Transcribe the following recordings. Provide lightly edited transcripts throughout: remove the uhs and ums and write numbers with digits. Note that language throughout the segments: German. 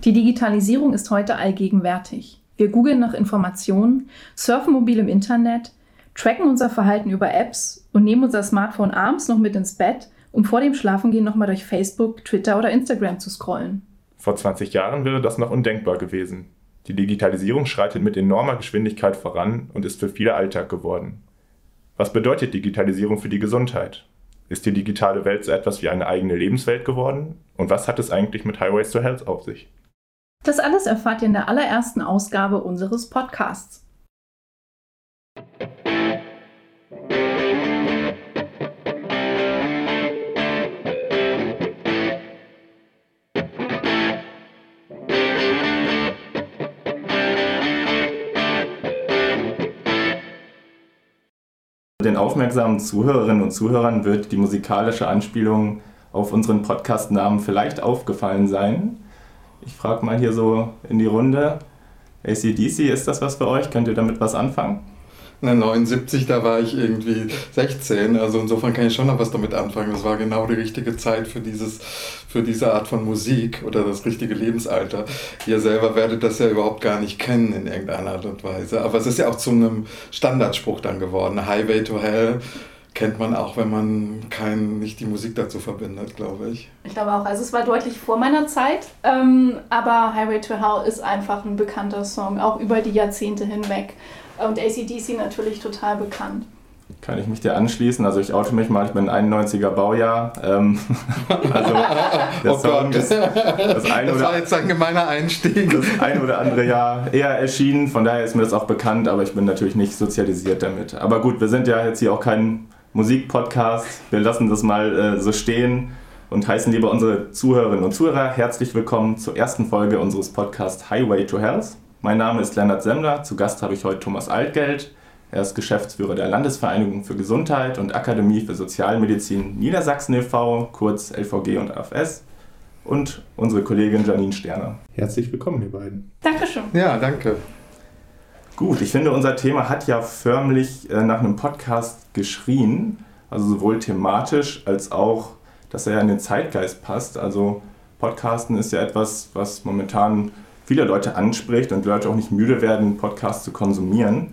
Die Digitalisierung ist heute allgegenwärtig. Wir googeln nach Informationen, surfen mobil im Internet, tracken unser Verhalten über Apps und nehmen unser Smartphone abends noch mit ins Bett, um vor dem Schlafengehen nochmal durch Facebook, Twitter oder Instagram zu scrollen. Vor 20 Jahren wäre das noch undenkbar gewesen. Die Digitalisierung schreitet mit enormer Geschwindigkeit voran und ist für viele Alltag geworden. Was bedeutet Digitalisierung für die Gesundheit? Ist die digitale Welt so etwas wie eine eigene Lebenswelt geworden? Und was hat es eigentlich mit Highways to Health auf sich? Das alles erfahrt ihr in der allerersten Ausgabe unseres Podcasts. Den aufmerksamen Zuhörerinnen und Zuhörern wird die musikalische Anspielung auf unseren Podcast-Namen vielleicht aufgefallen sein. Ich frage mal hier so in die Runde, AC/DC, ist das was für euch? Könnt ihr damit was anfangen? Na, 79, da war ich irgendwie 16, also insofern kann ich schon noch was damit anfangen. Das war genau die richtige Zeit für diese Art von Musik oder das richtige Lebensalter. Ihr selber werdet das ja überhaupt gar nicht kennen in irgendeiner Art und Weise. Aber es ist ja auch zu einem Standardspruch dann geworden. Highway to Hell kennt man auch, wenn man nicht die Musik dazu verbindet, glaube ich. Ich glaube auch, also es war deutlich vor meiner Zeit, aber Highway to Hell ist einfach ein bekannter Song, auch über die Jahrzehnte hinweg. Und AC/DC natürlich total bekannt. Kann ich mich dir anschließen? Also ich oute mich mal, ich bin ein 91er Baujahr. Also der Song ist das war jetzt ein gemeiner Einstieg. Das ein oder andere Jahr eher erschienen, von daher ist mir das auch bekannt, aber ich bin natürlich nicht sozialisiert damit. Aber gut, wir sind ja jetzt hier auch kein Musikpodcast, wir lassen das mal so stehen und heißen lieber unsere Zuhörerinnen und Zuhörer herzlich willkommen zur ersten Folge unseres Podcasts Highway to Health. Mein Name ist Lennart Semmler, zu Gast habe ich heute Thomas Altgeld. Er ist Geschäftsführer der Landesvereinigung für Gesundheit und Akademie für Sozialmedizin Niedersachsen e.V., kurz LVG und AFS. Und unsere Kollegin Janine Sterner. Herzlich willkommen, ihr beiden. Dankeschön. Ja, danke. Gut, ich finde, unser Thema hat ja förmlich nach einem Podcast geschrien. Also sowohl thematisch als auch, dass er ja in den Zeitgeist passt. Also Podcasten ist ja etwas, was momentan viele Leute anspricht und die Leute auch nicht müde werden, Podcasts zu konsumieren.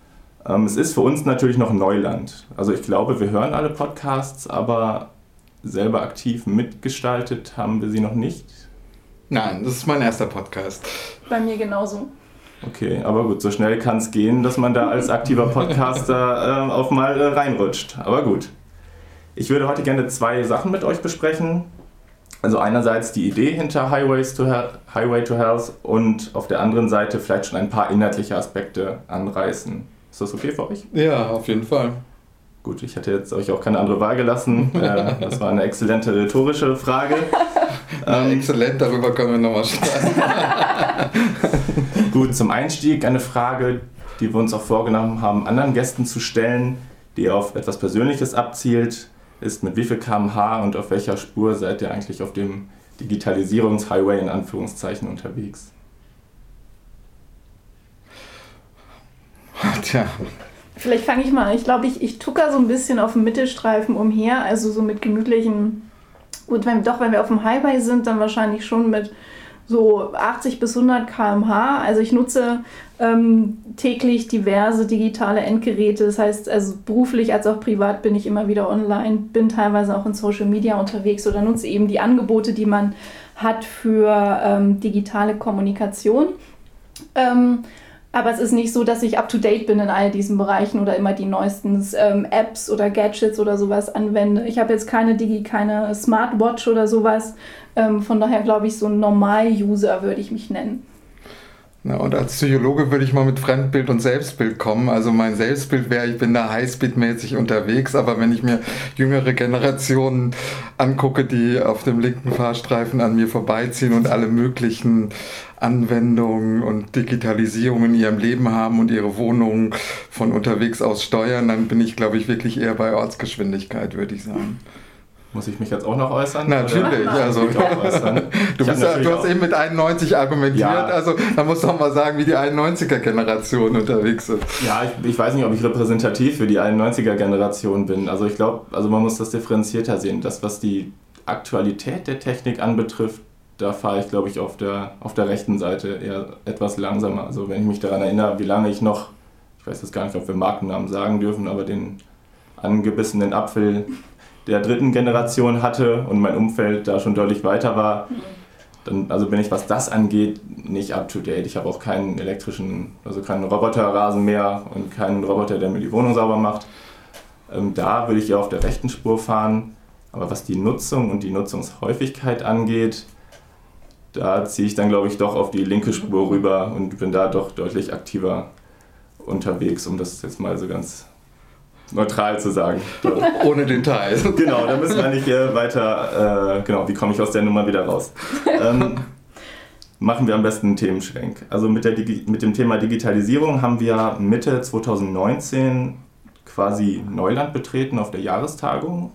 Es ist für uns natürlich noch Neuland. Also ich glaube, wir hören alle Podcasts, aber selber aktiv mitgestaltet haben wir sie noch nicht. Nein, das ist mein erster Podcast. Bei mir genauso. Okay, aber gut, so schnell kann es gehen, dass man da als aktiver Podcaster auch mal reinrutscht. Aber gut. Ich würde heute gerne 2 Sachen mit euch besprechen. Also einerseits die Idee hinter Highway to Health und auf der anderen Seite vielleicht schon ein paar inhaltliche Aspekte anreißen. Ist das okay für euch? Ja, auf jeden Fall. Gut, ich hätte jetzt euch auch keine andere Wahl gelassen. Das war eine exzellente rhetorische Frage. Exzellent, darüber können wir nochmal sprechen. Gut, zum Einstieg eine Frage, die wir uns auch vorgenommen haben, anderen Gästen zu stellen, die auf etwas Persönliches abzielt. Ist, mit wie viel km/h und auf welcher Spur seid ihr eigentlich auf dem Digitalisierungshighway in Anführungszeichen unterwegs? Tja. Vielleicht fange ich mal an. Ich glaube, ich tucker so ein bisschen auf dem Mittelstreifen umher, also so mit gemütlichen, gut, wenn wir auf dem Highway sind, dann wahrscheinlich schon mit so 80 bis 100 km/h. Also ich nutze täglich diverse digitale Endgeräte. Das heißt, also beruflich als auch privat bin ich immer wieder online, bin teilweise auch in Social Media unterwegs oder nutze eben die Angebote, die man hat für digitale Kommunikation. Aber es ist nicht so, dass ich up-to-date bin in all diesen Bereichen oder immer die neuesten Apps oder Gadgets oder sowas anwende. Ich habe jetzt keine Smartwatch oder sowas. Von daher glaube ich, so ein Normal-User würde ich mich nennen. Na, und als Psychologe würde ich mal mit Fremdbild und Selbstbild kommen. Also mein Selbstbild wäre, ich bin da highspeed-mäßig unterwegs, aber wenn ich mir jüngere Generationen angucke, die auf dem linken Fahrstreifen an mir vorbeiziehen und alle möglichen Anwendungen und Digitalisierung in ihrem Leben haben und ihre Wohnungen von unterwegs aus steuern, dann bin ich, glaube ich, wirklich eher bei Ortsgeschwindigkeit, würde ich sagen. Muss ich mich jetzt auch noch äußern? Natürlich, also du hast eben mit 91 argumentiert, ja. Also da musst du auch mal sagen, wie die 91er-Generation unterwegs ist. Ja, ich weiß nicht, ob ich repräsentativ für die 91er-Generation bin. Also ich glaube, man muss das differenzierter sehen. Das, was die Aktualität der Technik anbetrifft, da fahre ich, glaube ich, auf der rechten Seite eher etwas langsamer. Also wenn ich mich daran erinnere, wie lange ich noch, ich weiß jetzt gar nicht, ob wir Markennamen sagen dürfen, aber den angebissenen Apfel der 3. Generation hatte und mein Umfeld da schon deutlich weiter war, dann also bin ich, was das angeht, nicht up to date. Ich habe auch keinen keinen Roboterrasen mehr und keinen Roboter, der mir die Wohnung sauber macht. Da würde ich eher auf der rechten Spur fahren. Aber was die Nutzung und die Nutzungshäufigkeit angeht, da ziehe ich dann, glaube ich, doch auf die linke Spur rüber und bin da doch deutlich aktiver unterwegs, um das jetzt mal so ganz neutral zu sagen. Ohne Details. Genau, da müssen wir nicht weiter, wie komme ich aus der Nummer wieder raus. Machen wir am besten einen Themenschwenk. Also mit dem Thema Digitalisierung haben wir Mitte 2019 quasi Neuland betreten auf der Jahrestagung.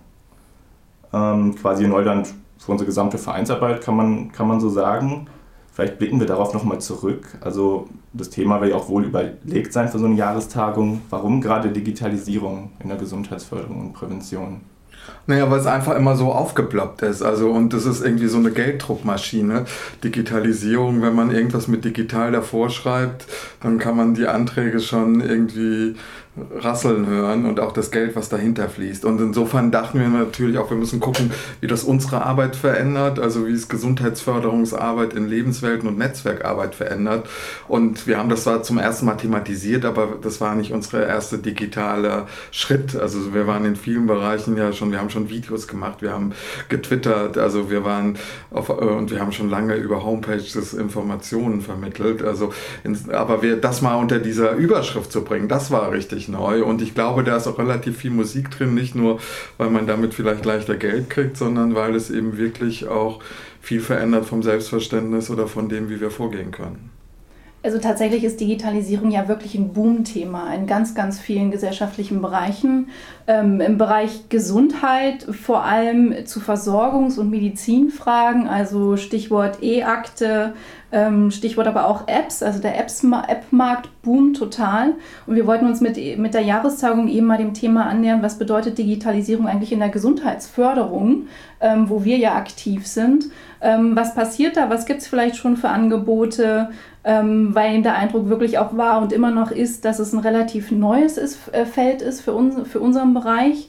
Quasi Neuland für unsere gesamte Vereinsarbeit, kann man so sagen. Vielleicht blicken wir darauf nochmal zurück. Also das Thema wird ja auch wohl überlegt sein für so eine Jahrestagung. Warum gerade Digitalisierung in der Gesundheitsförderung und Prävention? Naja, weil es einfach immer so aufgeploppt ist. Also, und das ist irgendwie so eine Gelddruckmaschine. Digitalisierung, wenn man irgendwas mit digital davor schreibt, dann kann man die Anträge schon irgendwie rasseln hören und auch das Geld, was dahinter fließt. Und insofern dachten wir natürlich auch, wir müssen gucken, wie das unsere Arbeit verändert, also wie es Gesundheitsförderungsarbeit in Lebenswelten und Netzwerkarbeit verändert. Und wir haben das zwar zum ersten Mal thematisiert, aber das war nicht unser erster digitaler Schritt. Also wir waren in vielen Bereichen ja schon, wir haben schon Videos gemacht, wir haben getwittert, also wir waren und wir haben schon lange über Homepages Informationen vermittelt. Also, aber das mal unter dieser Überschrift zu bringen, das war richtig neu und ich glaube, da ist auch relativ viel Musik drin, nicht nur, weil man damit vielleicht leichter Geld kriegt, sondern weil es eben wirklich auch viel verändert vom Selbstverständnis oder von dem, wie wir vorgehen können. Also tatsächlich ist Digitalisierung ja wirklich ein Boomthema in ganz, ganz vielen gesellschaftlichen Bereichen. Im Bereich Gesundheit vor allem zu Versorgungs- und Medizinfragen, also Stichwort E-Akte, Stichwort aber auch Apps, also der App-Markt boomt total. Und wir wollten uns mit der Jahrestagung eben mal dem Thema annähern, was bedeutet Digitalisierung eigentlich in der Gesundheitsförderung, wo wir ja aktiv sind. Was passiert da, was gibt es vielleicht schon für Angebote, weil der Eindruck wirklich auch war und immer noch ist, dass es ein relativ neues Feld ist für unseren Bereich.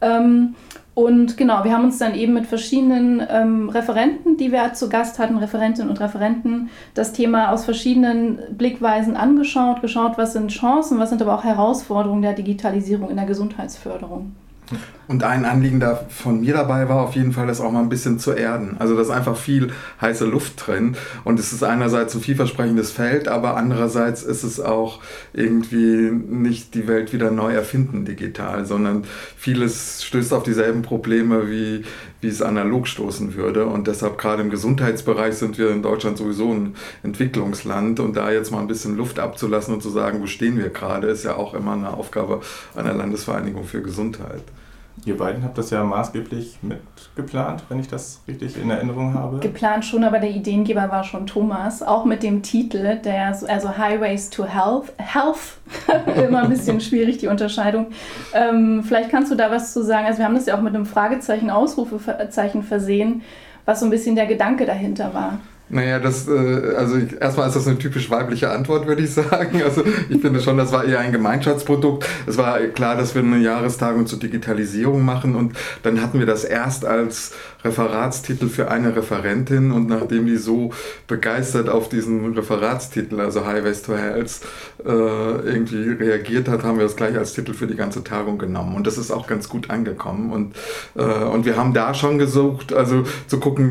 Und genau, wir haben uns dann eben mit verschiedenen Referenten, die wir zu Gast hatten, Referentinnen und Referenten, das Thema aus verschiedenen Blickweisen angeschaut, geschaut, was sind Chancen, was sind aber auch Herausforderungen der Digitalisierung in der Gesundheitsförderung. Und ein Anliegen da von mir dabei war auf jeden Fall, das auch mal ein bisschen zu erden. Also da ist einfach viel heiße Luft drin und es ist einerseits ein vielversprechendes Feld, aber andererseits ist es auch irgendwie nicht die Welt wieder neu erfinden digital, sondern vieles stößt auf dieselben Probleme, wie es analog stoßen würde. Und deshalb gerade im Gesundheitsbereich sind wir in Deutschland sowieso ein Entwicklungsland und da jetzt mal ein bisschen Luft abzulassen und zu sagen, wo stehen wir gerade, ist ja auch immer eine Aufgabe einer Landesvereinigung für Gesundheit. Ihr beiden habt das ja maßgeblich mitgeplant, wenn ich das richtig in Erinnerung habe. Geplant schon, aber der Ideengeber war schon Thomas, auch mit dem Titel, also Highways to Health, immer ein bisschen schwierig, die Unterscheidung. Vielleicht kannst du da was zu sagen, also wir haben das ja auch mit einem Fragezeichen, Ausrufezeichen versehen, was so ein bisschen der Gedanke dahinter war. Naja, erstmal ist das eine typisch weibliche Antwort, würde ich sagen. Also ich finde schon, das war eher ein Gemeinschaftsprodukt. Es war klar, dass wir eine Jahrestagung zur Digitalisierung machen und dann hatten wir das erst als Referatstitel für eine Referentin und nachdem die so begeistert auf diesen Referatstitel, also Highways to Health, irgendwie reagiert hat, haben wir das gleich als Titel für die ganze Tagung genommen und das ist auch ganz gut angekommen und wir haben da schon gesucht, also zu gucken,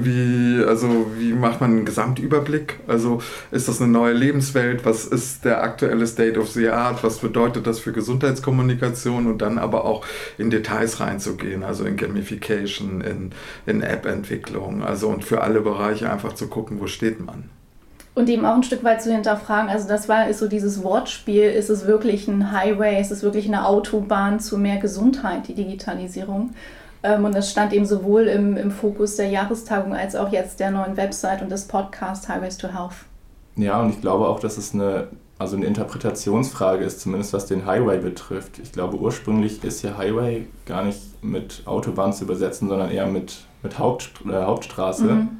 wie macht man einen Gesamtüberblick, also ist das eine neue Lebenswelt, was ist der aktuelle State of the Art, was bedeutet das für Gesundheitskommunikation und dann aber auch in Details reinzugehen, also in Gamification, in App-Entwicklung, also und für alle Bereiche einfach zu gucken, wo steht man. Und eben auch ein Stück weit zu hinterfragen, also ist so dieses Wortspiel, ist es wirklich ein Highway, ist es wirklich eine Autobahn zu mehr Gesundheit, die Digitalisierung? Und das stand eben sowohl im Fokus der Jahrestagung als auch jetzt der neuen Website und des Podcasts Highways to Health. Ja, und ich glaube auch, dass es eine Interpretationsfrage ist, zumindest was den Highway betrifft. Ich glaube, ursprünglich ist ja Highway gar nicht mit Autobahn zu übersetzen, sondern eher mit Hauptstraße. Mhm.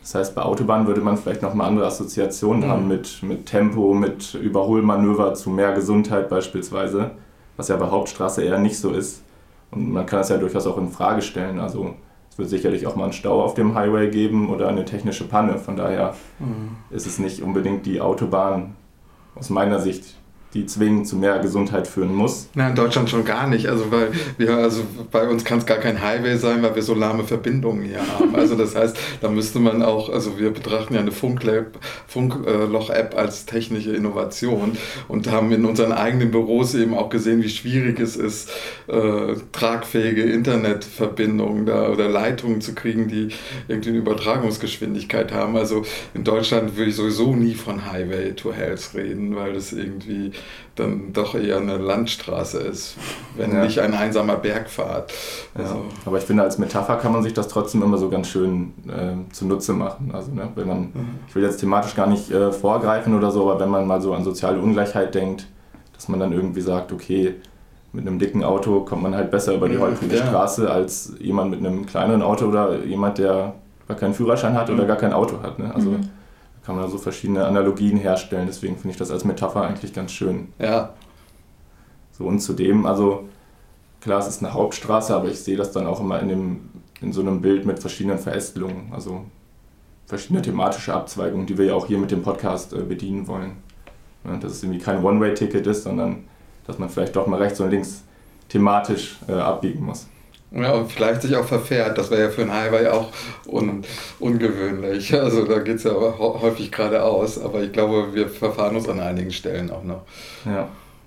Das heißt, bei Autobahnen würde man vielleicht nochmal andere Assoziationen haben mit Tempo, mit Überholmanöver zu mehr Gesundheit beispielsweise, was ja bei Hauptstraße eher nicht so ist. Und man kann das ja durchaus auch in Frage stellen. Also es wird sicherlich auch mal einen Stau auf dem Highway geben oder eine technische Panne. Von daher ist es nicht unbedingt die Autobahn aus meiner Sicht, die zwingend zu mehr Gesundheit führen muss. Na, in Deutschland schon gar nicht. Also bei uns kann es gar kein Highway sein, weil wir so lahme Verbindungen hier haben. Also das heißt, da müsste man auch, also wir betrachten ja eine Funkloch-App als technische Innovation und haben in unseren eigenen Büros eben auch gesehen, wie schwierig es ist, tragfähige Internetverbindungen oder Leitungen zu kriegen, die irgendwie eine Übertragungsgeschwindigkeit haben. Also in Deutschland würde ich sowieso nie von Highway to Health reden, weil das irgendwie dann doch eher eine Landstraße ist, wenn nicht ein einsamer Bergpfad. Also. Ja, aber ich finde, als Metapher kann man sich das trotzdem immer so ganz schön zunutze machen. Also, ne, wenn man, ich will jetzt thematisch gar nicht vorgreifen oder so, aber wenn man mal so an soziale Ungleichheit denkt, dass man dann irgendwie sagt, okay, mit einem dicken Auto kommt man halt besser über die holprige Straße als jemand mit einem kleineren Auto oder jemand, der gar keinen Führerschein hat oder gar kein Auto hat. Ne? Also kann man so verschiedene Analogien herstellen, deswegen finde ich das als Metapher eigentlich ganz schön. Ja. So, und zudem, also klar, es ist eine Hauptstraße, aber ich sehe das dann auch immer in so einem Bild mit verschiedenen Verästelungen, also verschiedene thematische Abzweigungen, die wir ja auch hier mit dem Podcast bedienen wollen. Ja, dass es irgendwie kein One-Way-Ticket ist, sondern dass man vielleicht doch mal rechts und links thematisch abbiegen muss. Ja, und vielleicht sich auch verfährt. Das wäre ja für einen Highway auch ungewöhnlich. Also da geht es ja aber häufig geradeaus. Aber ich glaube, wir verfahren uns an einigen Stellen auch noch. Ja.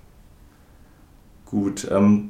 Gut.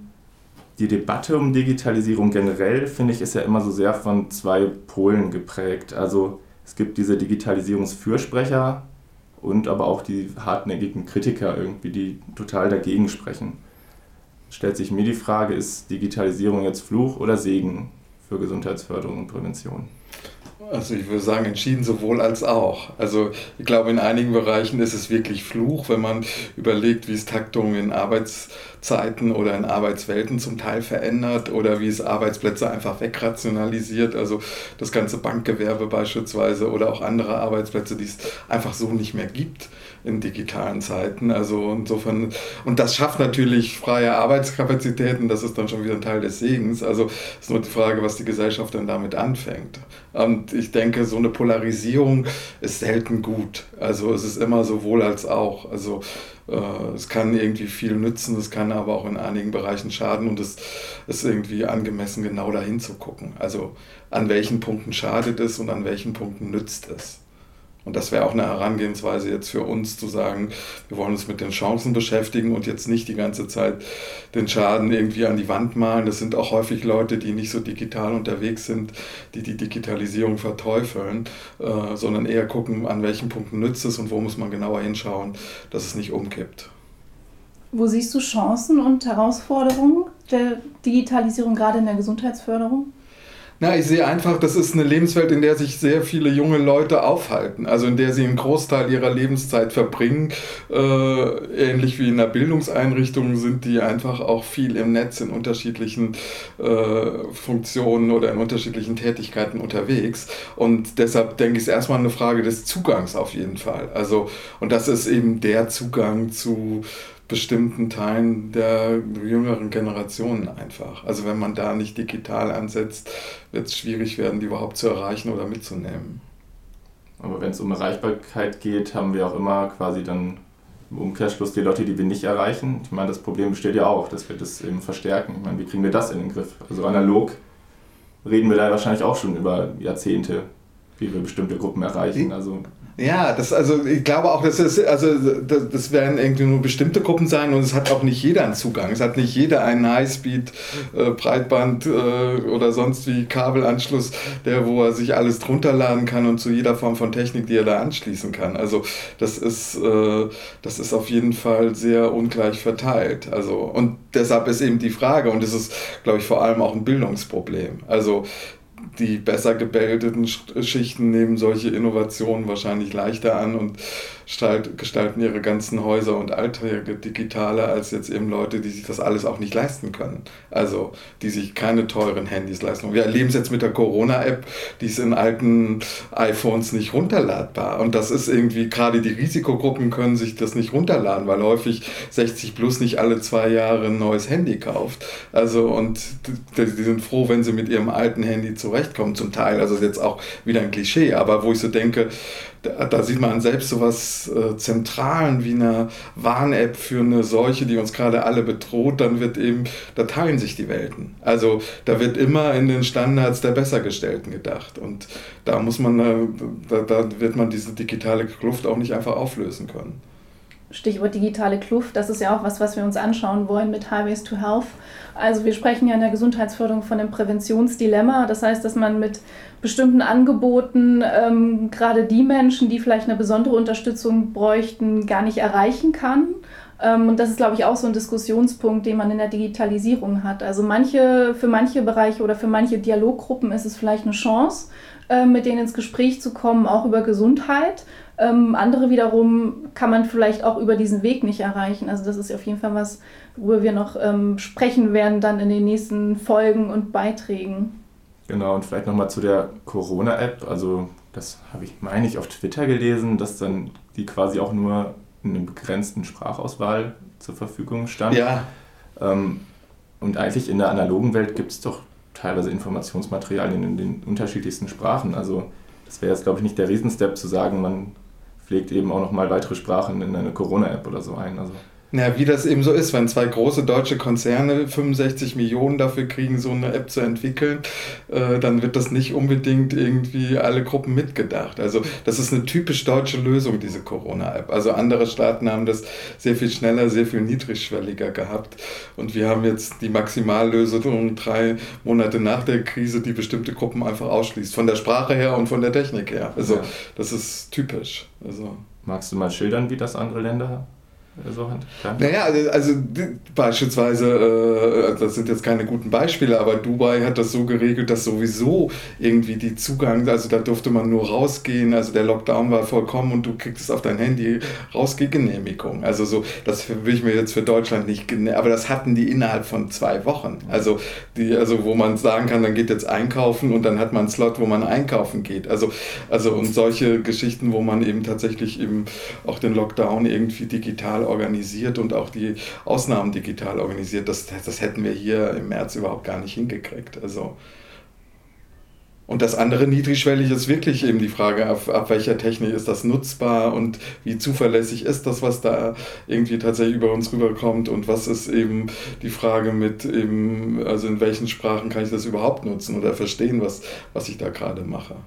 Die Debatte um Digitalisierung generell, finde ich, ist ja immer so sehr von zwei Polen geprägt. Also es gibt diese Digitalisierungsfürsprecher und aber auch die hartnäckigen Kritiker irgendwie, die total dagegen sprechen. Stellt sich mir die Frage, ist Digitalisierung jetzt Fluch oder Segen für Gesundheitsförderung und Prävention? Also ich würde sagen, entschieden sowohl als auch. Also ich glaube, in einigen Bereichen ist es wirklich Fluch, wenn man überlegt, wie es Taktungen in Arbeitszeiten oder in Arbeitswelten zum Teil verändert oder wie es Arbeitsplätze einfach wegrationalisiert. Also das ganze Bankgewerbe beispielsweise oder auch andere Arbeitsplätze, die es einfach so nicht mehr gibt in digitalen Zeiten. Also insofern, und das schafft natürlich freie Arbeitskapazitäten, das ist dann schon wieder ein Teil des Segens. Also ist nur die Frage, was die Gesellschaft dann damit anfängt. Und ich denke, so eine Polarisierung ist selten gut. Also es ist immer sowohl als auch. Also es kann irgendwie viel nützen, es kann aber auch in einigen Bereichen schaden und es ist irgendwie angemessen, genau dahin zu gucken. Also an welchen Punkten schadet es und an welchen Punkten nützt es. Und das wäre auch eine Herangehensweise jetzt für uns zu sagen, wir wollen uns mit den Chancen beschäftigen und jetzt nicht die ganze Zeit den Schaden irgendwie an die Wand malen. Das sind auch häufig Leute, die nicht so digital unterwegs sind, die die Digitalisierung verteufeln, sondern eher gucken, an welchen Punkten nützt es und wo muss man genauer hinschauen, dass es nicht umkippt. Wo siehst du Chancen und Herausforderungen der Digitalisierung, gerade in der Gesundheitsförderung? Na, ich sehe einfach, das ist eine Lebenswelt, in der sich sehr viele junge Leute aufhalten, also in der sie einen Großteil ihrer Lebenszeit verbringen. Ähnlich wie in einer Bildungseinrichtung sind die einfach auch viel im Netz in unterschiedlichen Funktionen oder in unterschiedlichen Tätigkeiten unterwegs. Und deshalb denke ich, es ist erstmal eine Frage des Zugangs auf jeden Fall. Also, und das ist eben der Zugang zu bestimmten Teilen der jüngeren Generationen einfach. Also wenn man da nicht digital ansetzt, wird es schwierig werden, die überhaupt zu erreichen oder mitzunehmen. Aber wenn es um Erreichbarkeit geht, haben wir auch immer quasi dann im Umkehrschluss die Leute, die wir nicht erreichen. Ich meine, das Problem besteht ja auch, dass wir das eben verstärken. Ich meine, wie kriegen wir das in den Griff? Also analog reden wir da wahrscheinlich auch schon über Jahrzehnte, wie wir bestimmte Gruppen erreichen. Also ja, ich glaube auch, das werden irgendwie nur bestimmte Gruppen sein und es hat auch nicht jeder einen Zugang. Es hat nicht jeder einen Highspeed, Breitband oder sonst wie Kabelanschluss, wo er sich alles drunter laden kann und zu jeder Form von Technik, die er da anschließen kann. Also das ist auf jeden Fall sehr ungleich verteilt. Also, und deshalb ist eben die Frage, und das ist, glaube ich, vor allem auch ein Bildungsproblem. Also die besser gebildeten Schichten nehmen solche Innovationen wahrscheinlich leichter an und gestalten ihre ganzen Häuser und Alltäge digitaler als jetzt eben Leute, die sich das alles auch nicht leisten können. Also die sich keine teuren Handys leisten. Wir erleben es jetzt mit der Corona-App, die ist in alten iPhones nicht runterladbar. Und das ist irgendwie, gerade die Risikogruppen können sich das nicht runterladen, weil häufig 60 plus nicht alle 2 Jahre ein neues Handy kauft. Also und die sind froh, wenn sie mit ihrem alten Handy zurechtkommen zum Teil. Also ist jetzt auch wieder ein Klischee, aber wo ich so denke, da sieht man selbst so was Zentralen wie eine Warn-App für eine Seuche, die uns gerade alle bedroht, da teilen sich die Welten. Also da wird immer in den Standards der Bessergestellten gedacht und da wird man diese digitale Kluft auch nicht einfach auflösen können. Stichwort digitale Kluft, das ist ja auch was wir uns anschauen wollen mit Highways to Health. Also wir sprechen ja in der Gesundheitsförderung von dem Präventionsdilemma. Das heißt, dass man mit bestimmten Angeboten gerade die Menschen, die vielleicht eine besondere Unterstützung bräuchten, gar nicht erreichen kann. Und das ist, glaube ich, auch so ein Diskussionspunkt, den man in der Digitalisierung hat. Also für manche Bereiche oder für manche Dialoggruppen ist es vielleicht eine Chance, mit denen ins Gespräch zu kommen, auch über Gesundheit. Andere wiederum kann man vielleicht auch über diesen Weg nicht erreichen. Also das ist auf jeden Fall was, worüber wir noch sprechen werden dann in den nächsten Folgen und Beiträgen. Genau, und vielleicht nochmal zu der Corona-App. Also das meine ich, auf Twitter gelesen, dass dann die quasi auch nur in einer begrenzten Sprachauswahl zur Verfügung stand. Ja. Und eigentlich in der analogen Welt gibt es doch teilweise Informationsmaterialien in den unterschiedlichsten Sprachen. Also das wäre jetzt, glaube ich, nicht der Riesenstep zu sagen, man pflegt eben auch nochmal weitere Sprachen in eine Corona-App oder so ein. Also Ja, wie das eben so ist, wenn 2 große deutsche Konzerne 65 Millionen dafür kriegen, so eine App zu entwickeln, dann wird das nicht unbedingt irgendwie alle Gruppen mitgedacht. Also das ist eine typisch deutsche Lösung, diese Corona-App. Also andere Staaten haben das sehr viel schneller, sehr viel niedrigschwelliger gehabt. Und wir haben jetzt die Maximallösung 3 Monate nach der Krise, die bestimmte Gruppen einfach ausschließt. Von der Sprache her und von der Technik her. Also das ist typisch. Also. Magst du mal schildern, wie das andere Länder so handhaben? Naja, also beispielsweise, das sind jetzt keine guten Beispiele, aber Dubai hat das so geregelt, dass sowieso irgendwie die Zugang, also da durfte man nur rausgehen, also der Lockdown war vollkommen und du kriegst es auf dein Handy, Rausgehgenehmigung. Also so, das will ich mir jetzt für Deutschland nicht, aber das hatten die innerhalb von 2 Wochen. Also wo man sagen kann, dann geht jetzt einkaufen und dann hat man einen Slot, wo man einkaufen geht. Also und solche Geschichten, wo man eben tatsächlich eben auch den Lockdown irgendwie digital organisiert und auch die Ausnahmen digital organisiert, das hätten wir hier im März überhaupt gar nicht hingekriegt. Also. Und das andere niedrigschwellig ist wirklich eben die Frage, ab welcher Technik ist das nutzbar und wie zuverlässig ist das, was da irgendwie tatsächlich über uns rüberkommt und was ist eben die Frage mit eben, also in welchen Sprachen kann ich das überhaupt nutzen oder verstehen, was ich da gerade mache.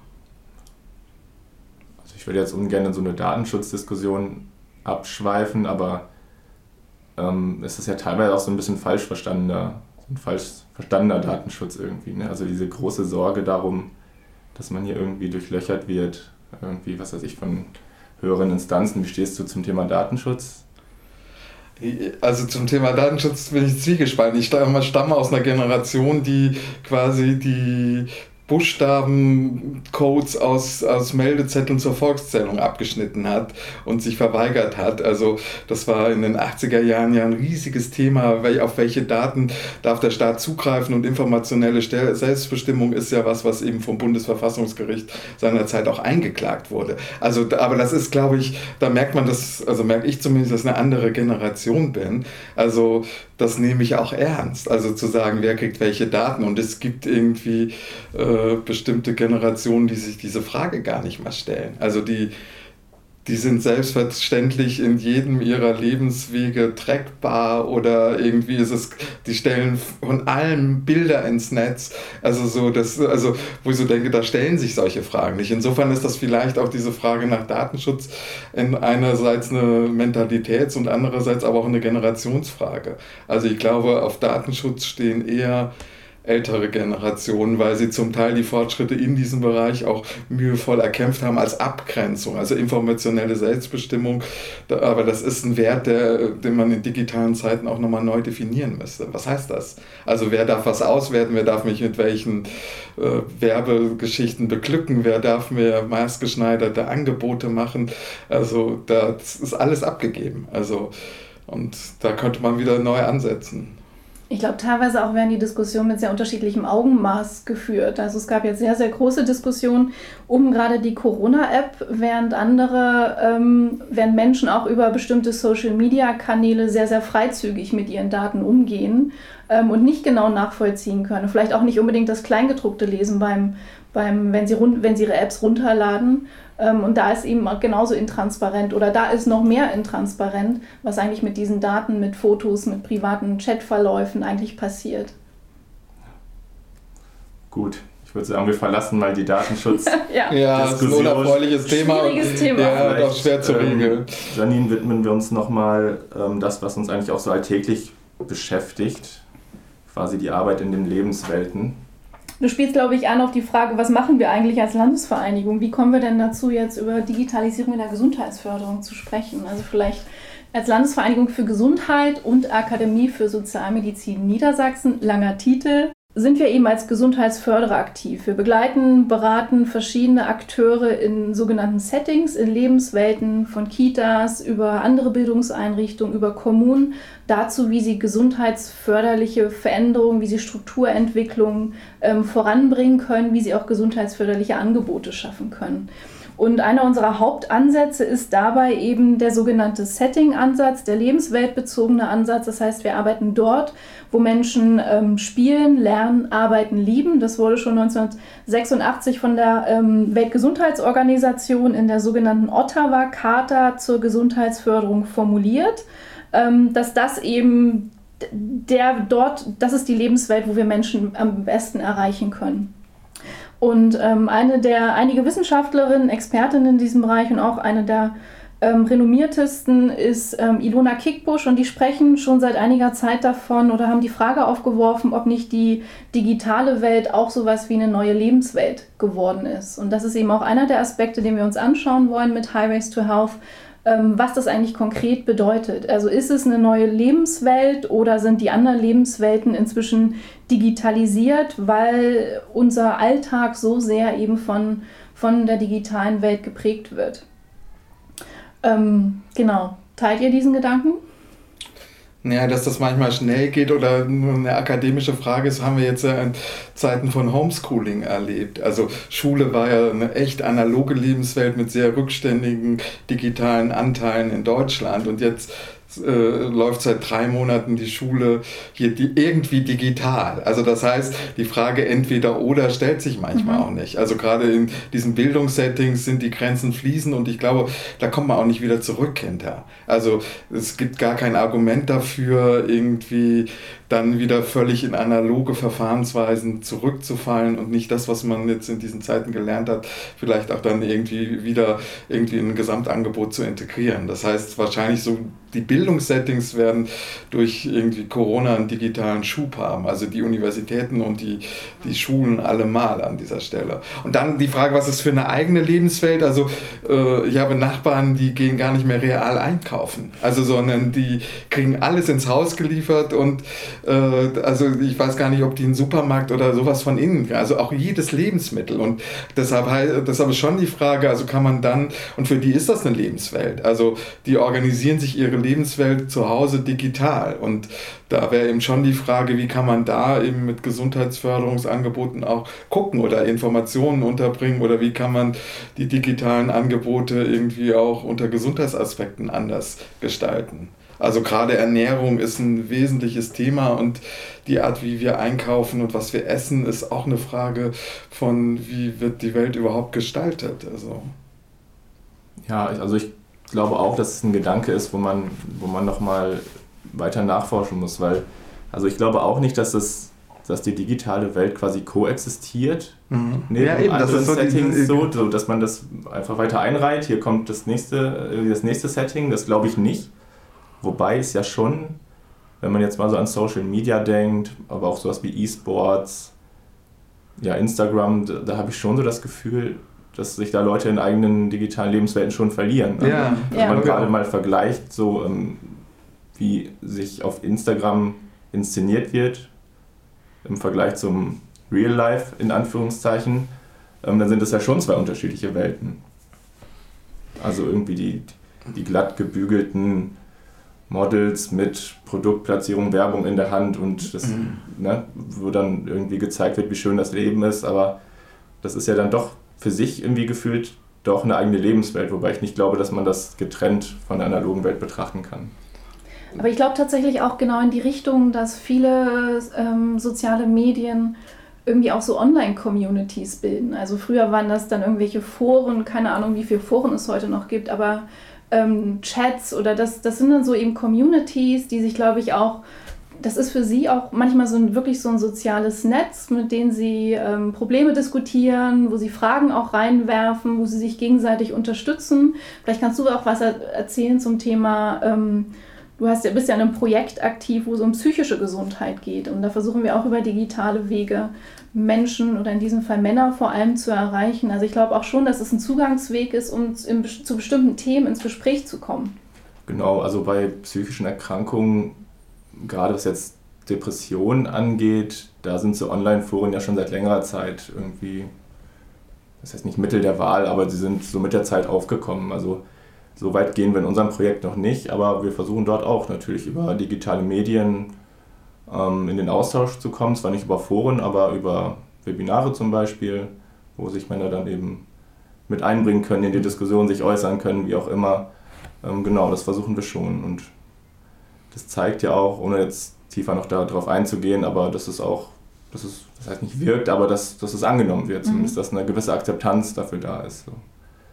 Also ich würde jetzt ungern in so eine Datenschutzdiskussion abschweifen, aber es ist ja teilweise auch so ein bisschen falsch verstandener Datenschutz irgendwie. Ne? Also diese große Sorge darum, dass man hier irgendwie durchlöchert wird, irgendwie, was weiß ich, von höheren Instanzen. Wie stehst du zum Thema Datenschutz? Also zum Thema Datenschutz bin ich zwiegespalten. Ich stamme aus einer Generation, die quasi die Buchstabencodes aus Meldezetteln zur Volkszählung abgeschnitten hat und sich verweigert hat. Also das war in den 80er Jahren ja ein riesiges Thema, auf welche Daten darf der Staat zugreifen und informationelle Selbstbestimmung ist ja was eben vom Bundesverfassungsgericht seinerzeit auch eingeklagt wurde. Also, aber das ist, glaube ich, da merkt man das, also merke ich zumindest, dass ich eine andere Generation bin. Also das nehme ich auch ernst. Also zu sagen, wer kriegt welche Daten und es gibt irgendwie bestimmte Generationen, die sich diese Frage gar nicht mehr stellen. Also die sind selbstverständlich in jedem ihrer Lebenswege trackbar oder irgendwie die stellen von allem Bilder ins Netz. Also wo ich so denke, da stellen sich solche Fragen nicht. Insofern ist das vielleicht auch diese Frage nach Datenschutz einerseits eine Mentalitäts- und andererseits aber auch eine Generationsfrage. Also ich glaube, auf Datenschutz stehen eher ältere Generationen, weil sie zum Teil die Fortschritte in diesem Bereich auch mühevoll erkämpft haben als Abgrenzung, also informationelle Selbstbestimmung. Aber das ist ein Wert, den man in digitalen Zeiten auch nochmal neu definieren müsste. Was heißt das? Also wer darf was auswerten, wer darf mich mit welchen Werbegeschichten beglücken, wer darf mir maßgeschneiderte Angebote machen? Also das ist alles abgegeben. Also, und da könnte man wieder neu ansetzen. Ich glaube, teilweise auch werden die Diskussionen mit sehr unterschiedlichem Augenmaß geführt. Also es gab jetzt sehr, sehr große Diskussionen um gerade die Corona-App, während Menschen auch über bestimmte Social-Media-Kanäle sehr, sehr freizügig mit ihren Daten umgehen und nicht genau nachvollziehen können. Vielleicht auch nicht unbedingt das Kleingedruckte lesen, wenn sie ihre Apps runterladen. Und da ist eben genauso intransparent oder da ist noch mehr intransparent, was eigentlich mit diesen Daten, mit Fotos, mit privaten Chatverläufen eigentlich passiert. Gut, ich würde sagen, wir verlassen mal die Datenschutz. Ja, das ist ein unerfreuliches Thema. Schwieriges Thema. Ja, und auch schwer zu regeln. Janine, widmen wir uns nochmal das, was uns eigentlich auch so alltäglich beschäftigt, quasi die Arbeit in den Lebenswelten. Du spielst, glaube ich, an auf die Frage, was machen wir eigentlich als Landesvereinigung? Wie kommen wir denn dazu, jetzt über Digitalisierung in der Gesundheitsförderung zu sprechen? Also vielleicht als Landesvereinigung für Gesundheit und Akademie für Sozialmedizin Niedersachsen, langer Titel, sind wir eben als Gesundheitsförderer aktiv. Wir begleiten, beraten verschiedene Akteure in sogenannten Settings, in Lebenswelten von Kitas über andere Bildungseinrichtungen, über Kommunen, dazu, wie sie gesundheitsförderliche Veränderungen, wie sie Strukturentwicklungen voranbringen können, wie sie auch gesundheitsförderliche Angebote schaffen können. Und einer unserer Hauptansätze ist dabei eben der sogenannte Setting-Ansatz, der lebensweltbezogene Ansatz. Das heißt, wir arbeiten dort, wo Menschen spielen, lernen, arbeiten, lieben. Das wurde schon 1986 von der Weltgesundheitsorganisation in der sogenannten Ottawa-Charta zur Gesundheitsförderung formuliert, dass das eben das ist die Lebenswelt, wo wir Menschen am besten erreichen können. Und einige Wissenschaftlerinnen, Expertinnen in diesem Bereich und auch eine der renommiertesten ist Ilona Kickbusch, und die sprechen schon seit einiger Zeit davon oder haben die Frage aufgeworfen, ob nicht die digitale Welt auch sowas wie eine neue Lebenswelt geworden ist. Und das ist eben auch einer der Aspekte, den wir uns anschauen wollen mit Highways to Health, was das eigentlich konkret bedeutet. Also ist es eine neue Lebenswelt oder sind die anderen Lebenswelten inzwischen digitalisiert, weil unser Alltag so sehr eben von der digitalen Welt geprägt wird? Genau. Teilt ihr diesen Gedanken? Ja, dass das manchmal schnell geht oder nur eine akademische Frage ist, haben wir jetzt ja in Zeiten von Homeschooling erlebt. Also Schule war ja eine echt analoge Lebenswelt mit sehr rückständigen digitalen Anteilen in Deutschland, und jetzt läuft seit 3 Monaten die Schule hier irgendwie digital. Also das heißt, die Frage entweder oder stellt sich manchmal auch nicht. Also gerade in diesen Bildungssettings sind die Grenzen fließend, und ich glaube, da kommt man auch nicht wieder zurück hinter. Also es gibt gar kein Argument dafür, irgendwie dann wieder völlig in analoge Verfahrensweisen zurückzufallen und nicht das, was man jetzt in diesen Zeiten gelernt hat, vielleicht auch dann irgendwie wieder in ein Gesamtangebot zu integrieren. Das heißt, wahrscheinlich so die Bildungssettings werden durch irgendwie Corona einen digitalen Schub haben, also die Universitäten und die Schulen allemal an dieser Stelle. Und dann die Frage, was ist für eine eigene Lebenswelt? Also ich habe Nachbarn, die gehen gar nicht mehr real einkaufen, also sondern die kriegen alles ins Haus geliefert, und also ich weiß gar nicht, ob die einen Supermarkt oder sowas von innen, also auch jedes Lebensmittel, und deshalb ist schon die Frage, also kann man dann, und für die ist das eine Lebenswelt, also die organisieren sich ihre Lebenswelt zu Hause digital, und da wäre eben schon die Frage, wie kann man da eben mit Gesundheitsförderungsangeboten auch gucken oder Informationen unterbringen, oder wie kann man die digitalen Angebote irgendwie auch unter Gesundheitsaspekten anders gestalten. Also gerade Ernährung ist ein wesentliches Thema, und die Art, wie wir einkaufen und was wir essen, ist auch eine Frage von, wie wird die Welt überhaupt gestaltet. Also. Ja, also ich glaube auch, dass es ein Gedanke ist, wo man nochmal weiter nachforschen muss, weil also ich glaube auch nicht, dass die digitale Welt quasi koexistiert neben eben, anderen das ist Settings, so dass man das einfach weiter einreiht. Hier kommt das nächste Setting, das glaube ich nicht. Wobei es ja schon wenn man jetzt mal so an Social Media denkt, aber auch sowas wie E-Sports, ja, Instagram, da habe ich schon so das Gefühl, dass sich da Leute in eigenen digitalen Lebenswelten schon verlieren. Ja. Wenn man gerade mal vergleicht, so wie sich auf Instagram inszeniert wird, im Vergleich zum Real Life, in Anführungszeichen, dann sind es ja schon zwei unterschiedliche Welten. Also irgendwie die glatt gebügelten Models mit Produktplatzierung, Werbung in der Hand und das, wo dann irgendwie gezeigt wird, wie schön das Leben ist, aber das ist ja dann doch für sich irgendwie gefühlt doch eine eigene Lebenswelt, wobei ich nicht glaube, dass man das getrennt von der analogen Welt betrachten kann. Aber ich glaube tatsächlich auch genau in die Richtung, dass viele soziale Medien irgendwie auch so Online-Communities bilden. Also früher waren das dann irgendwelche Foren, keine Ahnung, wie viele Foren es heute noch gibt, aber Chats oder das sind dann so eben Communities, die sich, glaube ich, auch, das ist für sie auch manchmal wirklich so ein soziales Netz, mit dem sie Probleme diskutieren, wo sie Fragen auch reinwerfen, wo sie sich gegenseitig unterstützen. Vielleicht kannst du auch was erzählen zum Thema, bist ja in einem Projekt aktiv, wo es um psychische Gesundheit geht. Und da versuchen wir auch über digitale Wege Menschen oder in diesem Fall Männer vor allem zu erreichen. Also ich glaube auch schon, dass es ein Zugangsweg ist, um zu bestimmten Themen ins Gespräch zu kommen. Genau, also bei psychischen Erkrankungen, gerade was jetzt Depressionen angeht, da sind so Online-Foren ja schon seit längerer Zeit irgendwie, das heißt nicht Mittel der Wahl, aber sie sind so mit der Zeit aufgekommen. Also so weit gehen wir in unserem Projekt noch nicht, aber wir versuchen dort auch natürlich über digitale Medien in den Austausch zu kommen. Zwar nicht über Foren, aber über Webinare zum Beispiel, wo sich Männer dann eben mit einbringen können, in die Diskussion sich äußern können, wie auch immer. Genau, das versuchen wir schon. Und das zeigt ja auch, ohne jetzt tiefer noch darauf einzugehen, aber das heißt nicht wirkt, aber dass es angenommen wird, zumindest, dass eine gewisse Akzeptanz dafür da ist. So.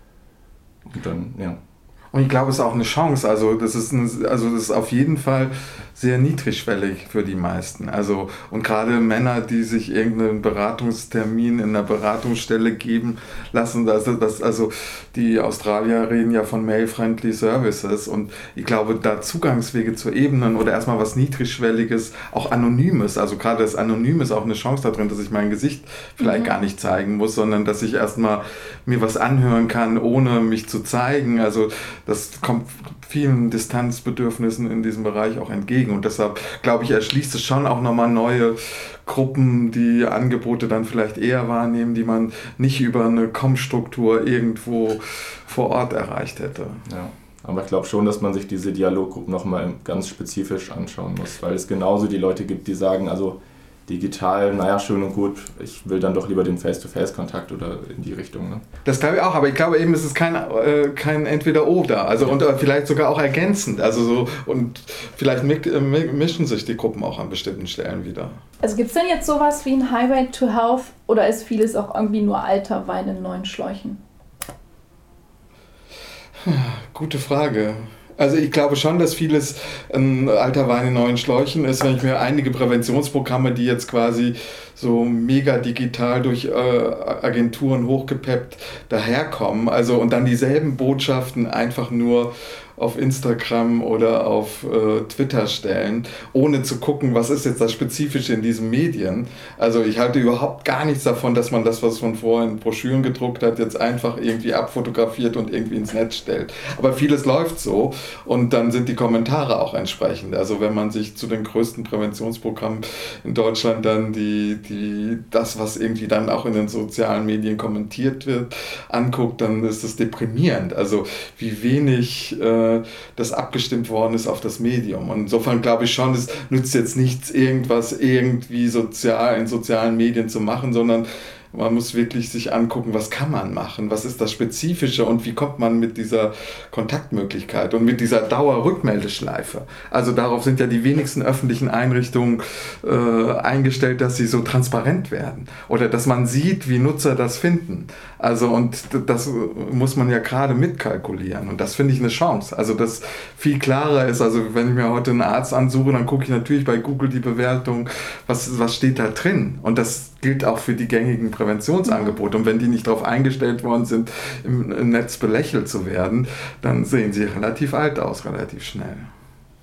Und dann, ja. Und ich glaube, es ist auch eine Chance. Also das ist auf jeden Fall sehr niedrigschwellig für die meisten. Also, und gerade Männer, die sich irgendeinen Beratungstermin in einer Beratungsstelle geben lassen, also die Australier reden ja von Male-Friendly Services und ich glaube, da Zugangswege zu ebnen oder erstmal was Niedrigschwelliges, auch Anonymes, also gerade das Anonyme ist auch eine Chance da drin, dass ich mein Gesicht vielleicht gar nicht zeigen muss, sondern dass ich erstmal mir was anhören kann, ohne mich zu zeigen. Also das kommt vielen Distanzbedürfnissen in diesem Bereich auch entgegen. Und deshalb, glaube ich, erschließt es schon auch nochmal neue Gruppen, die Angebote dann vielleicht eher wahrnehmen, die man nicht über eine Com-Struktur irgendwo vor Ort erreicht hätte. Ja, aber ich glaube schon, dass man sich diese Dialoggruppen nochmal ganz spezifisch anschauen muss, weil es genauso die Leute gibt, die sagen, also digital, naja, schön und gut, ich will dann doch lieber den Face-to-Face-Kontakt oder in die Richtung. Ne? Das glaube ich auch, aber ich glaube eben, es ist kein Entweder-Oder, also und vielleicht sogar auch ergänzend, also so, und vielleicht mischen sich die Gruppen auch an bestimmten Stellen wieder. Also gibt es denn jetzt sowas wie ein Highway to Health oder ist vieles auch irgendwie nur alter Wein in neuen Schläuchen? Gute Frage. Also ich glaube schon, dass vieles alter Wein in neuen Schläuchen ist, wenn ich mir einige Präventionsprogramme, die jetzt quasi so mega digital durch Agenturen hochgepeppt daherkommen, also und dann dieselben Botschaften einfach nur auf Instagram oder auf Twitter stellen, ohne zu gucken, was ist jetzt das Spezifische in diesen Medien. Also ich halte überhaupt gar nichts davon, dass man das, was man vorher in Broschüren gedruckt hat, jetzt einfach irgendwie abfotografiert und irgendwie ins Netz stellt. Aber vieles läuft so und dann sind die Kommentare auch entsprechend. Also wenn man sich zu den größten Präventionsprogrammen in Deutschland dann das, was irgendwie dann auch in den sozialen Medien kommentiert wird, anguckt, dann ist es deprimierend. Also wie wenig das abgestimmt worden ist auf das Medium. Und insofern glaube ich schon, es nützt jetzt nichts, irgendwas irgendwie in sozialen Medien zu machen, sondern man muss wirklich sich angucken, was kann man machen, was ist das Spezifische und wie kommt man mit dieser Kontaktmöglichkeit und mit dieser Dauerrückmeldeschleife. Also darauf sind ja die wenigsten öffentlichen Einrichtungen eingestellt, dass sie so transparent werden oder dass man sieht, wie Nutzer das finden. Also und das muss man ja gerade mitkalkulieren und das finde ich eine Chance. Also das viel klarer ist, also wenn ich mir heute einen Arzt ansuche, dann gucke ich natürlich bei Google die Bewertung, was steht da drin und das gilt auch für die gängigen Präventionsangebote. Und wenn die nicht darauf eingestellt worden sind, im Netz belächelt zu werden, dann sehen sie relativ alt aus, relativ schnell. Ja,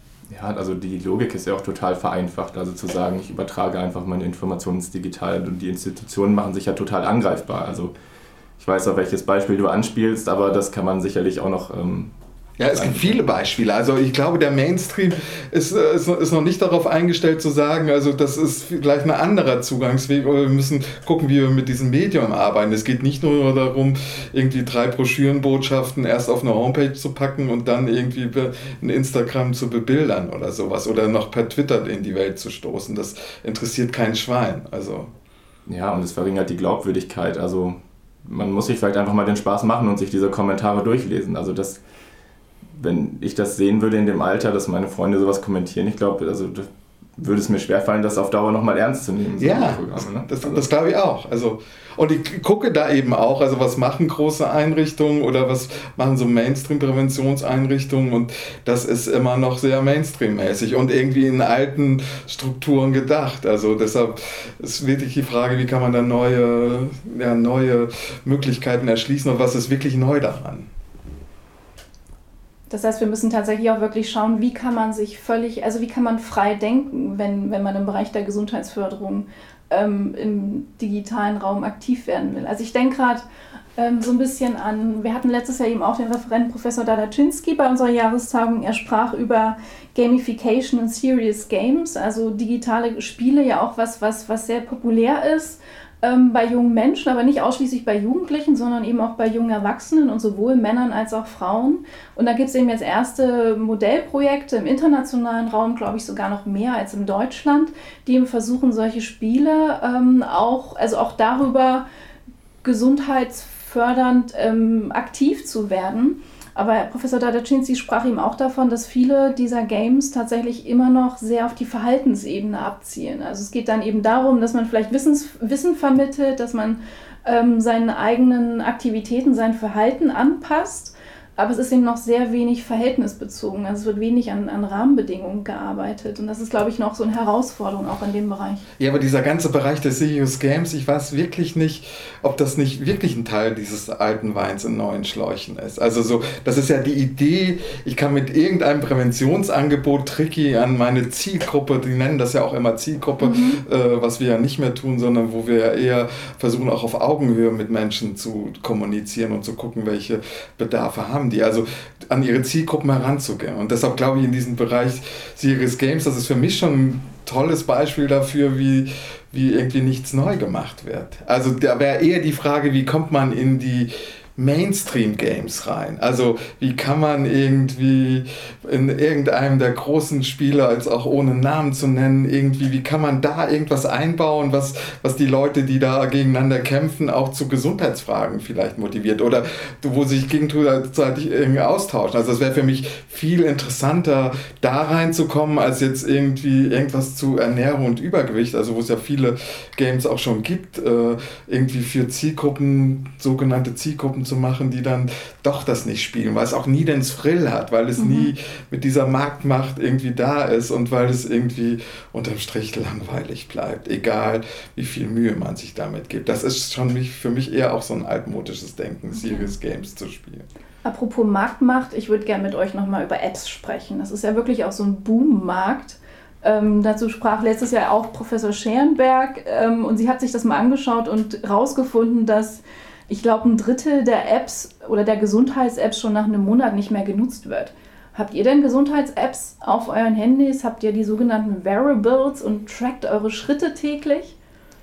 Ja, also die Logik ist ja auch total vereinfacht. Also zu sagen, ich übertrage einfach meine Informationen ins Digitale und die Institutionen machen sich ja total angreifbar. Also ich weiß, auf welches Beispiel du anspielst, aber das kann man sicherlich auch noch... Ja, es gibt viele Beispiele. Also ich glaube, der Mainstream ist noch nicht darauf eingestellt zu sagen, also das ist vielleicht ein anderer Zugangsweg, oder wir müssen gucken, wie wir mit diesem Medium arbeiten. Es geht nicht nur darum, irgendwie 3 Broschürenbotschaften erst auf eine Homepage zu packen und dann irgendwie in Instagram zu bebildern oder sowas oder noch per Twitter in die Welt zu stoßen. Das interessiert kein Schwein. Also. Ja, und es verringert die Glaubwürdigkeit. Also man muss sich vielleicht einfach mal den Spaß machen und sich diese Kommentare durchlesen. Also das... Wenn ich das sehen würde in dem Alter, dass meine Freunde sowas kommentieren, ich glaube, also würde es mir schwerfallen, das auf Dauer nochmal ernst zu nehmen. So ja, ne? das glaube ich auch. Also, und ich gucke da eben auch, also was machen große Einrichtungen oder was machen so Mainstream-Präventionseinrichtungen, und das ist immer noch sehr Mainstream-mäßig und irgendwie in alten Strukturen gedacht. Also deshalb ist wirklich die Frage, wie kann man da neue Möglichkeiten erschließen und was ist wirklich neu daran? Das heißt, wir müssen tatsächlich auch wirklich schauen, wie kann man frei denken, wenn man im Bereich der Gesundheitsförderung im digitalen Raum aktiv werden will. Also ich denke gerade so ein bisschen an, wir hatten letztes Jahr eben auch den Referenten Professor Dadaczynski bei unserer Jahrestagung. Er sprach über Gamification und Serious Games, also digitale Spiele, ja auch was sehr populär ist bei jungen Menschen, aber nicht ausschließlich bei Jugendlichen, sondern eben auch bei jungen Erwachsenen und sowohl Männern als auch Frauen. Und da gibt es eben jetzt erste Modellprojekte im internationalen Raum, glaube ich sogar noch mehr als in Deutschland, die eben versuchen, solche Spiele auch darüber gesundheitsfördernd aktiv zu werden. Aber Professor Dadaczynski sprach eben auch davon, dass viele dieser Games tatsächlich immer noch sehr auf die Verhaltensebene abzielen. Also es geht dann eben darum, dass man vielleicht Wissen vermittelt, dass man seine eigenen Aktivitäten, sein Verhalten anpasst. Aber es ist eben noch sehr wenig verhältnisbezogen. Also es wird wenig an Rahmenbedingungen gearbeitet. Und das ist, glaube ich, noch so eine Herausforderung auch in dem Bereich. Ja, aber dieser ganze Bereich der Serious Games, ich weiß wirklich nicht, ob das nicht wirklich ein Teil dieses alten Weins in neuen Schläuchen ist. Also so, das ist ja die Idee, ich kann mit irgendeinem Präventionsangebot tricky an meine Zielgruppe, die nennen das ja auch immer Zielgruppe, was wir ja nicht mehr tun, sondern wo wir ja eher versuchen, auch auf Augenhöhe mit Menschen zu kommunizieren und zu gucken, welche Bedarfe haben die, also an ihre Zielgruppen heranzugehen. Und deshalb glaube ich, in diesem Bereich Serious Games, das ist für mich schon ein tolles Beispiel dafür, wie irgendwie nichts neu gemacht wird. Also da wäre eher die Frage, wie kommt man in die Mainstream-Games rein? Also wie kann man irgendwie in irgendeinem der großen Spiele, als auch ohne Namen zu nennen, irgendwie, wie kann man da irgendwas einbauen, was die Leute, die da gegeneinander kämpfen, auch zu Gesundheitsfragen vielleicht motiviert oder wo sich gegenseitig irgendwie austauschen. Also das wäre für mich viel interessanter, da reinzukommen, als jetzt irgendwie irgendwas zu Ernährung und Übergewicht, also wo es ja viele Games auch schon gibt, irgendwie für Zielgruppen, sogenannte Zielgruppen zu machen, die dann doch das nicht spielen, weil es auch nie den Thrill hat, weil es nie mit dieser Marktmacht irgendwie da ist und weil es irgendwie unterm Strich langweilig bleibt, egal wie viel Mühe man sich damit gibt. Das ist schon für mich eher auch so ein altmodisches Denken, Serious Games zu spielen. Apropos Marktmacht, ich würde gerne mit euch nochmal über Apps sprechen. Das ist ja wirklich auch so ein Boom-Markt. Dazu sprach letztes Jahr auch Professor Scherenberg und sie hat sich das mal angeschaut und rausgefunden, dass ich glaube, 1/3 der Apps oder der Gesundheits-Apps schon nach einem Monat nicht mehr genutzt wird. Habt ihr denn Gesundheits-Apps auf euren Handys? Habt ihr die sogenannten Wearables und trackt eure Schritte täglich?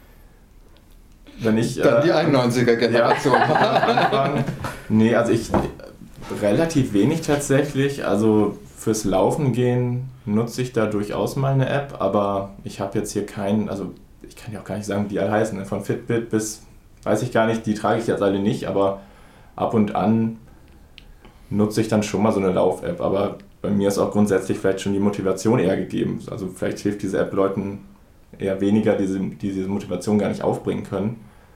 Wenn ich, dann die 91er-Generation. Ja, nee, also ich relativ wenig tatsächlich. Also fürs Laufen gehen nutze ich da durchaus mal eine App, aber ich habe jetzt hier keinen, also ich kann ja auch gar nicht sagen, wie die alle heißen, ne? Von Fitbit bis, weiß ich gar nicht, die trage ich jetzt alle nicht, aber ab und an nutze ich dann schon mal so eine Lauf-App. Aber bei mir ist auch grundsätzlich vielleicht schon die Motivation eher gegeben. Also vielleicht hilft diese App Leuten eher weniger, die diese Motivation gar nicht aufbringen können.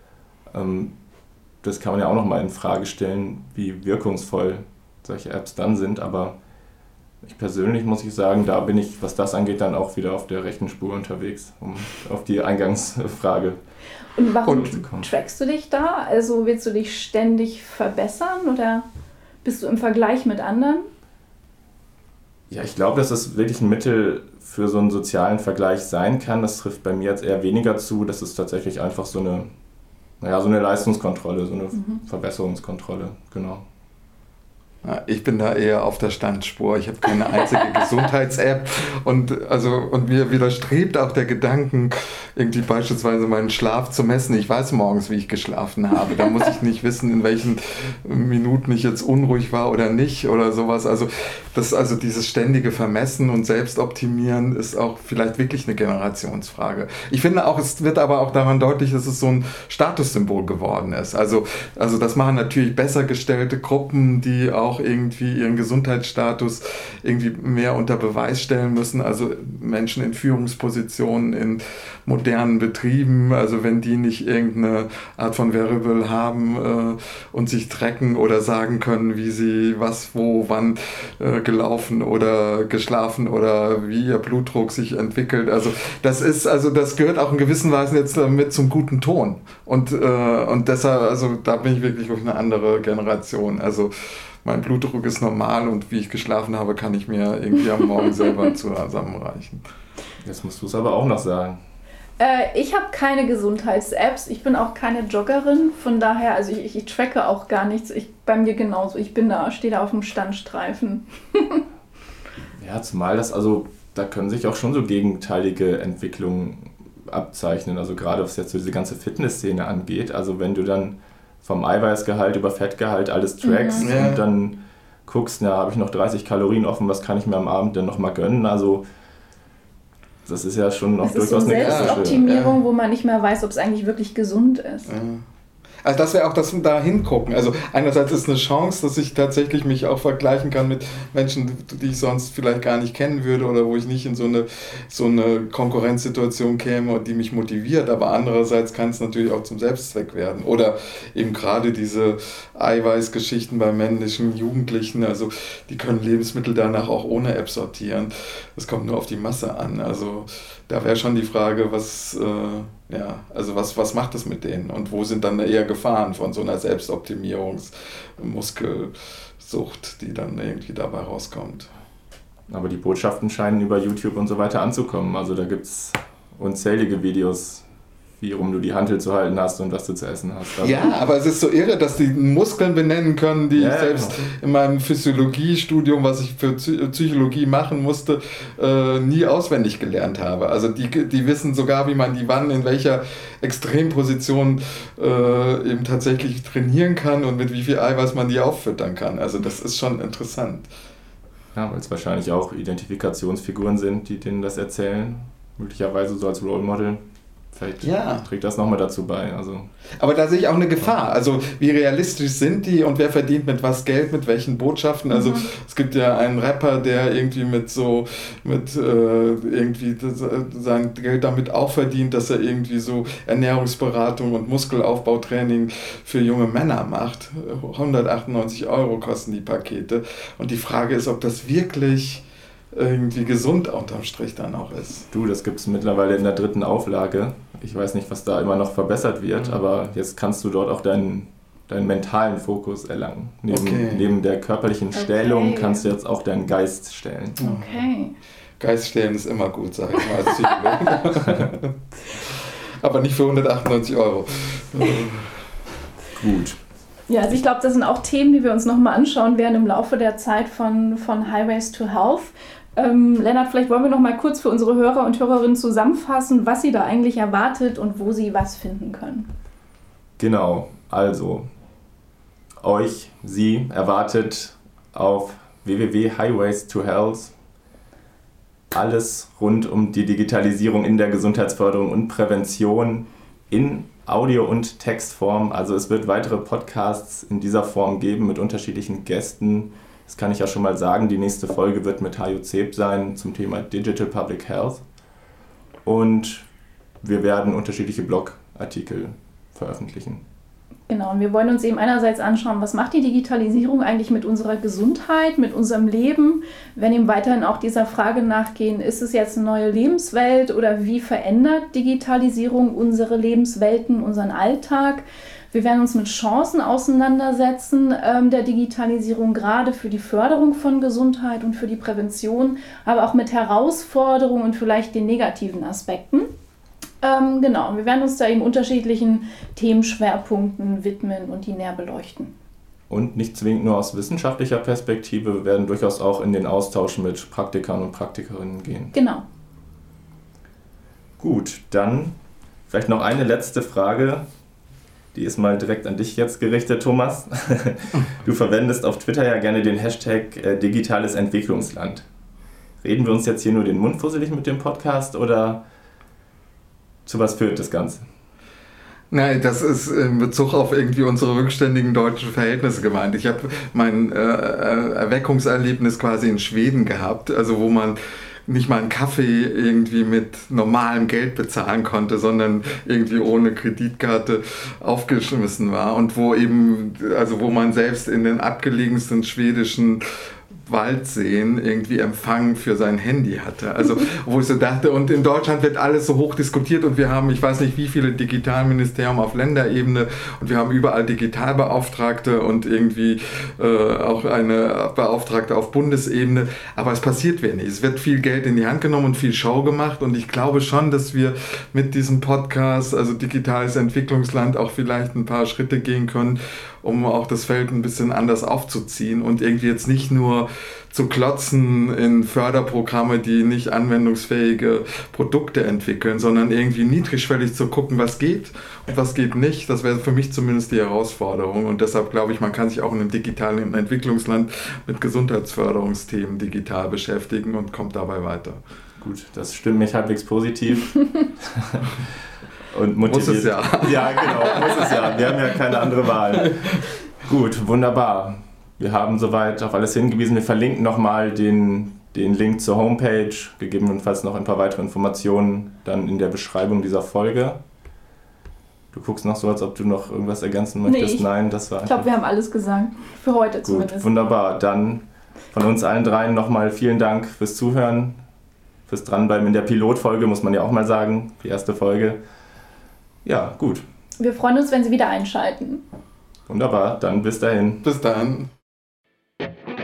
Das kann man ja auch nochmal in Frage stellen, wie wirkungsvoll solche Apps dann sind. Aber ich persönlich muss ich sagen, da bin ich, was das angeht, dann auch wieder auf der rechten Spur unterwegs, um auf die Eingangsfrage und warum trackst du dich da? Also willst du dich ständig verbessern oder bist du im Vergleich mit anderen? Ja, ich glaube, dass das wirklich ein Mittel für so einen sozialen Vergleich sein kann. Das trifft bei mir jetzt eher weniger zu. Das ist tatsächlich einfach so eine Leistungskontrolle, so eine Verbesserungskontrolle, genau. Ich bin da eher auf der Standspur. Ich habe keine einzige Gesundheits-App und mir widerstrebt auch der Gedanken, irgendwie beispielsweise meinen Schlaf zu messen. Ich weiß morgens, wie ich geschlafen habe. Da muss ich nicht wissen, in welchen Minuten ich jetzt unruhig war oder nicht oder sowas. Also dieses ständige Vermessen und Selbstoptimieren ist auch vielleicht wirklich eine Generationsfrage. Ich finde auch, es wird aber auch daran deutlich, dass es so ein Statussymbol geworden ist. Also das machen natürlich besser gestellte Gruppen, die auch irgendwie ihren Gesundheitsstatus irgendwie mehr unter Beweis stellen müssen. Also Menschen in Führungspositionen, in modernen Betrieben, also wenn die nicht irgendeine Art von Variable haben und sich tracken oder sagen können, wie sie was, wo, wann gelaufen oder geschlafen oder wie ihr Blutdruck sich entwickelt. Also das gehört auch in gewissen Weisen jetzt mit zum guten Ton. Und deshalb, also da bin ich wirklich auf eine andere Generation. Also mein Blutdruck ist normal und wie ich geschlafen habe, kann ich mir irgendwie am Morgen selber zusammenreichen. Jetzt musst du es aber auch noch sagen. Ich habe keine Gesundheits-Apps, ich bin auch keine Joggerin, von daher, also ich tracke auch gar nichts, bei mir genauso, stehe da auf dem Standstreifen. Ja, zumal da können sich auch schon so gegenteilige Entwicklungen abzeichnen, also gerade was jetzt so diese ganze Fitnessszene angeht, also wenn du dann vom Eiweißgehalt über Fettgehalt alles trackst und dann guckst, habe ich noch 30 Kalorien offen, was kann ich mir am Abend denn nochmal gönnen, also das ist ja schon auch durchaus eine Selbstoptimierung, wo man nicht mehr weiß, ob es eigentlich wirklich gesund ist. Ja. Also das wäre auch das da hingucken. Also einerseits ist eine Chance, dass ich tatsächlich mich auch vergleichen kann mit Menschen, die ich sonst vielleicht gar nicht kennen würde oder wo ich nicht in so eine Konkurrenzsituation käme und die mich motiviert. Aber andererseits kann es natürlich auch zum Selbstzweck werden. Oder eben gerade diese Eiweißgeschichten bei männlichen Jugendlichen. Also die können Lebensmittel danach auch ohne App sortieren. Das kommt nur auf die Masse an. Also da wäre schon die Frage, was macht das mit denen und wo sind dann eher Gefahren von so einer Selbstoptimierungsmuskelsucht, die dann irgendwie dabei rauskommt. Aber die Botschaften scheinen über YouTube und so weiter anzukommen. Also da gibt es unzählige Videos, wie rum du die Hantel zu halten hast und was du zu essen hast. Also ja, aber es ist so irre, dass die Muskeln benennen können, die ich selbst in meinem Physiologiestudium, was ich für Psychologie machen musste, nie auswendig gelernt habe. Also die wissen sogar, wie man die wann in welcher Extremposition eben tatsächlich trainieren kann und mit wie viel Eiweiß man die auffüttern kann. Also das ist schon interessant. Ja, weil es wahrscheinlich auch Identifikationsfiguren sind, die denen das erzählen. Möglicherweise so als Role Model. Vielleicht trägt das nochmal dazu bei. Also. Aber da sehe ich auch eine Gefahr. Also wie realistisch sind die und wer verdient mit was Geld, mit welchen Botschaften? Also es gibt ja einen Rapper, der irgendwie irgendwie sein Geld damit auch verdient, dass er irgendwie so Ernährungsberatung und Muskelaufbautraining für junge Männer macht. 198 € kosten die Pakete. Und die Frage ist, ob das wirklich irgendwie gesund unterm Strich dann auch ist. Du, das gibt es mittlerweile in der 3. Auflage. Ich weiß nicht, was da immer noch verbessert wird, aber jetzt kannst du dort auch deinen mentalen Fokus erlangen. Neben der körperlichen Stählung kannst du jetzt auch deinen Geist stählen. Okay. Geist stählen ist immer gut, sage ich mal als Psychologe. Aber nicht für 198 €. Gut. Ja, also ich glaube, das sind auch Themen, die wir uns nochmal anschauen werden im Laufe der Zeit von Highways to Health. Lennart, vielleicht wollen wir noch mal kurz für unsere Hörer und Hörerinnen zusammenfassen, was sie da eigentlich erwartet und wo sie was finden können. Genau, also Sie erwartet auf www.highways2health alles rund um die Digitalisierung in der Gesundheitsförderung und Prävention in Audio- und Textform. Also es wird weitere Podcasts in dieser Form geben mit unterschiedlichen Gästen. Das kann ich ja schon mal sagen. Die nächste Folge wird mit Hajo Zeb sein zum Thema Digital Public Health. Und wir werden unterschiedliche Blogartikel veröffentlichen. Genau, und wir wollen uns eben einerseits anschauen, was macht die Digitalisierung eigentlich mit unserer Gesundheit, mit unserem Leben. Wir werden eben weiterhin auch dieser Frage nachgehen, ist es jetzt eine neue Lebenswelt oder wie verändert Digitalisierung unsere Lebenswelten, unseren Alltag? Wir werden uns mit Chancen auseinandersetzen der Digitalisierung, gerade für die Förderung von Gesundheit und für die Prävention, aber auch mit Herausforderungen und vielleicht den negativen Aspekten. Genau, wir werden uns da eben unterschiedlichen Themenschwerpunkten widmen und die näher beleuchten. Und nicht zwingend nur aus wissenschaftlicher Perspektive, wir werden durchaus auch in den Austausch mit Praktikern und Praktikerinnen gehen. Genau. Gut, dann vielleicht noch eine letzte Frage. Die ist mal direkt an dich jetzt gerichtet, Thomas. Du verwendest auf Twitter ja gerne den Hashtag digitales Entwicklungsland. Reden wir uns jetzt hier nur den Mund fusselig mit dem Podcast oder zu was führt das Ganze? Nein, das ist in Bezug auf irgendwie unsere rückständigen deutschen Verhältnisse gemeint. Ich habe mein Erweckungserlebnis quasi in Schweden gehabt, also wo man nicht mal einen Kaffee irgendwie mit normalem Geld bezahlen konnte, sondern irgendwie ohne Kreditkarte aufgeschmissen war und wo man selbst in den abgelegensten schwedischen Waldseen irgendwie Empfang für sein Handy hatte. Also wo ich so dachte, und in Deutschland wird alles so hoch diskutiert und wir haben, ich weiß nicht wie viele Digitalministerien auf Länderebene und wir haben überall Digitalbeauftragte und irgendwie auch eine Beauftragte auf Bundesebene, aber es passiert wenig. Es wird viel Geld in die Hand genommen und viel Show gemacht und ich glaube schon, dass wir mit diesem Podcast, also digitales Entwicklungsland, auch vielleicht ein paar Schritte gehen können, um auch das Feld ein bisschen anders aufzuziehen und irgendwie jetzt nicht nur zu klotzen in Förderprogramme, die nicht anwendungsfähige Produkte entwickeln, sondern irgendwie niedrigschwellig zu gucken, was geht und was geht nicht. Das wäre für mich zumindest die Herausforderung und deshalb glaube ich, man kann sich auch in einem digitalen Entwicklungsland mit Gesundheitsförderungsthemen digital beschäftigen und kommt dabei weiter. Gut, das stimmt mich halbwegs positiv. Und motiviert. Muss es ja. Ja, genau, muss es ja. Wir haben ja keine andere Wahl. Gut, wunderbar. Wir haben soweit auf alles hingewiesen. Wir verlinken nochmal den Link zur Homepage, gegebenenfalls noch ein paar weitere Informationen dann in der Beschreibung dieser Folge. Du guckst noch so, als ob du noch irgendwas ergänzen möchtest. Nein, das war. Ich glaube, wir haben alles gesagt. Für heute gut, zumindest. Wunderbar. Dann von uns allen dreien nochmal vielen Dank fürs Zuhören, fürs Dranbleiben in der Pilotfolge, muss man ja auch mal sagen, die erste Folge. Ja, gut. Wir freuen uns, wenn Sie wieder einschalten. Wunderbar, dann bis dahin. Bis dann.